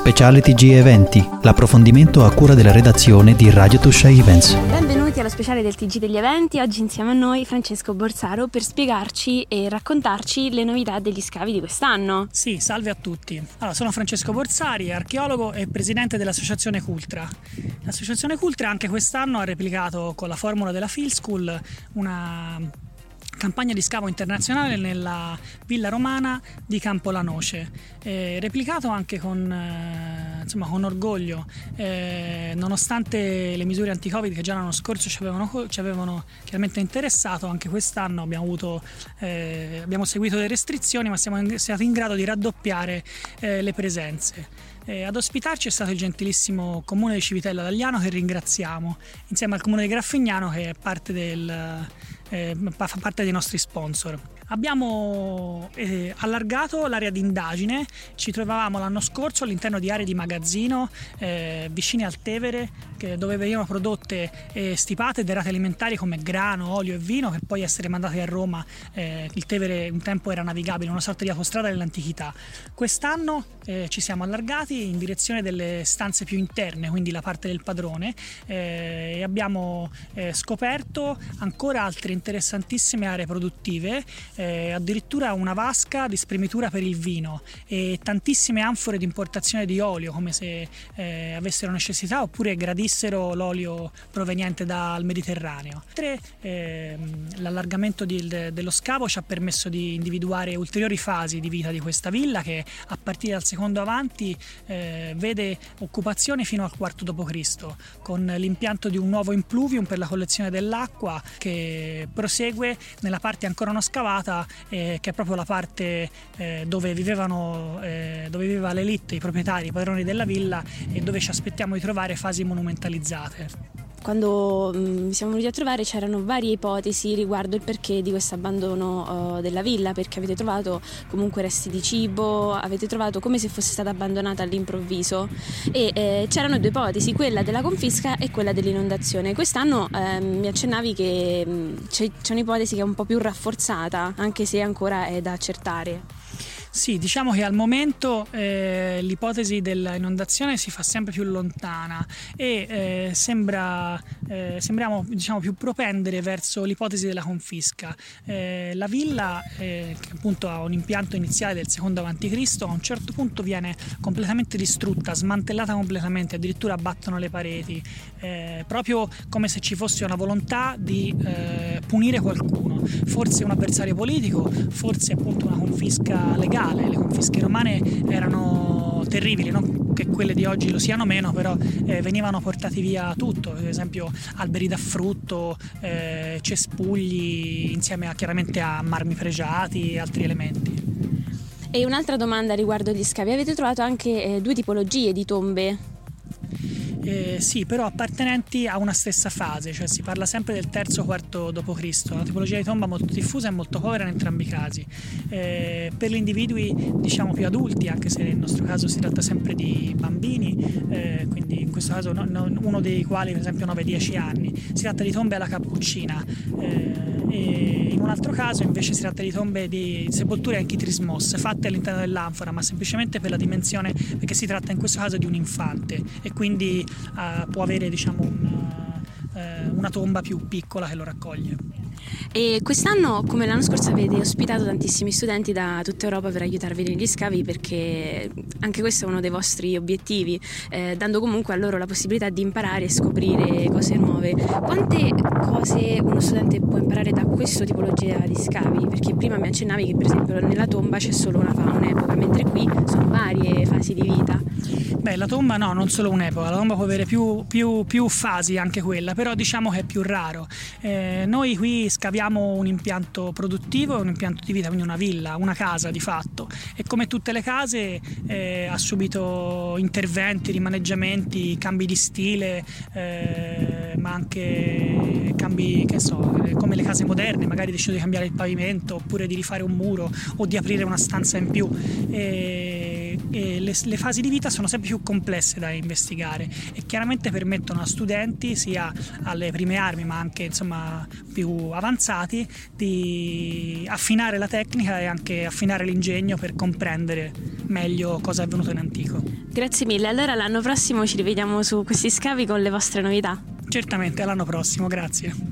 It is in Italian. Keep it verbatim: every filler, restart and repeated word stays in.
speciale T G Eventi, l'approfondimento a cura della redazione di Radio Tuscia Events. Benvenuti allo speciale del T G degli eventi. Oggi insieme a noi Francesco Borsaro per spiegarci e raccontarci le novità degli scavi di quest'anno. Sì, salve a tutti. Allora, sono Francesco Borsari, archeologo e presidente dell'associazione Cultra. L'associazione Cultra anche quest'anno ha replicato con la formula della Field School una campagna di scavo internazionale nella villa romana di Campo La Noce, eh, replicato anche con, eh, insomma, con orgoglio, eh, nonostante le misure anti-Covid che già l'anno scorso ci avevano, ci avevano chiaramente interessato. Anche quest'anno abbiamo, avuto, eh, abbiamo seguito le restrizioni, ma siamo in, stati in grado di raddoppiare eh, le presenze. Eh, ad ospitarci è stato il gentilissimo comune di Civitella d'Agliano, che ringraziamo, insieme al comune di Graffignano, che è parte del Eh, fa parte dei nostri sponsor. Abbiamo eh, allargato l'area di indagine. Ci trovavamo l'anno scorso all'interno di aree di magazzino eh, vicine al Tevere, che, dove venivano prodotte e stipate derrate alimentari come grano, olio e vino, per poi essere mandate a Roma. Eh, il Tevere un tempo era navigabile, una sorta di autostrada dell'antichità. Quest'anno eh, ci siamo allargati in direzione delle stanze più interne, quindi la parte del padrone, eh, e abbiamo eh, scoperto ancora altre interessantissime aree produttive, eh, addirittura una vasca di spremitura per il vino e tantissime anfore di importazione di olio, come se eh, avessero necessità oppure gradissero l'olio proveniente dal Mediterraneo. Tre, eh, l'allargamento di, de, dello scavo ci ha permesso di individuare ulteriori fasi di vita di questa villa, che a partire dal secondo avanti eh, vede occupazione fino al quarto dopo Cristo, con l'impianto di un nuovo impluvium per la collezione dell'acqua, che prosegue nella parte ancora non scavata, eh, che è proprio la parte eh, dove vivevano eh, dove viveva l'elite, i proprietari, i padroni della villa, e dove ci aspettiamo di trovare fasi monumentalizzate. Quando mi siamo venuti a trovare c'erano varie ipotesi riguardo il perché di questo abbandono uh, della villa, perché avete trovato comunque resti di cibo, avete trovato come se fosse stata abbandonata all'improvviso, e eh, c'erano due ipotesi, quella della confisca e quella dell'inondazione. Quest'anno eh, mi accennavi che mh, c'è, c'è un'ipotesi che è un po' più rafforzata, anche se ancora è da accertare. Sì, diciamo che al momento eh, l'ipotesi dell'inondazione si fa sempre più lontana e eh, sembra, eh, sembriamo diciamo, più propendere verso l'ipotesi della confisca. Eh, la villa, eh, che appunto ha un impianto iniziale del secondo avanti Cristo, a un certo punto viene completamente distrutta, smantellata completamente, addirittura abbattono le pareti, eh, proprio come se ci fosse una volontà di eh, punire qualcuno, forse un avversario politico, forse appunto una confisca legale. Le confische romane erano terribili, non che quelle di oggi lo siano meno, però eh, venivano portati via tutto, ad esempio alberi da frutto, eh, cespugli, insieme a, chiaramente a marmi pregiati e altri elementi. E un'altra domanda riguardo gli scavi: avete trovato anche eh, due tipologie di tombe? Eh, sì, però appartenenti a una stessa fase, cioè si parla sempre del terzo quarto dopo Cristo, una tipologia di tomba molto diffusa e molto povera in entrambi i casi. Eh, per gli individui diciamo più adulti, anche se nel nostro caso si tratta sempre di bambini, eh, quindi in questo caso no, no, uno dei quali per esempio nove dieci anni, si tratta di tombe alla cappuccina, eh, e in un altro caso invece si tratta di tombe di sepolture anchitrismos fatte all'interno dell'anfora, ma semplicemente per la dimensione, perché si tratta in questo caso di un infante e quindi Uh, può avere diciamo una, uh, una tomba più piccola che lo raccoglie. E quest'anno, come l'anno scorso, avete ospitato tantissimi studenti da tutta Europa per aiutarvi negli scavi, perché anche questo è uno dei vostri obiettivi, eh, dando comunque a loro la possibilità di imparare e scoprire cose nuove. Quante cose uno studente può imparare da questa tipologia di scavi? Perché prima mi accennavi che per esempio nella tomba c'è solo una, un'epoca, mentre qui sono varie fasi di vita. Beh, la tomba no, non solo un'epoca, la tomba può avere più, più, più fasi anche quella, però diciamo che è più raro. Eh, noi qui scaviamo un impianto produttivo e un impianto di vita, quindi una villa, una casa di fatto, e come tutte le case eh, ha subito interventi, rimaneggiamenti, cambi di stile, eh, ma anche cambi, che so, come le case moderne, magari decidono di cambiare il pavimento oppure di rifare un muro o di aprire una stanza in più. E, e le, le fasi di vita sono sempre più complesse da investigare e chiaramente permettono a studenti sia alle prime armi ma anche insomma più avanzati di affinare la tecnica e anche affinare l'ingegno per comprendere meglio cosa è avvenuto in antico. Grazie mille, allora l'anno prossimo ci rivediamo su questi scavi con le vostre novità. Certamente, all'anno prossimo, grazie.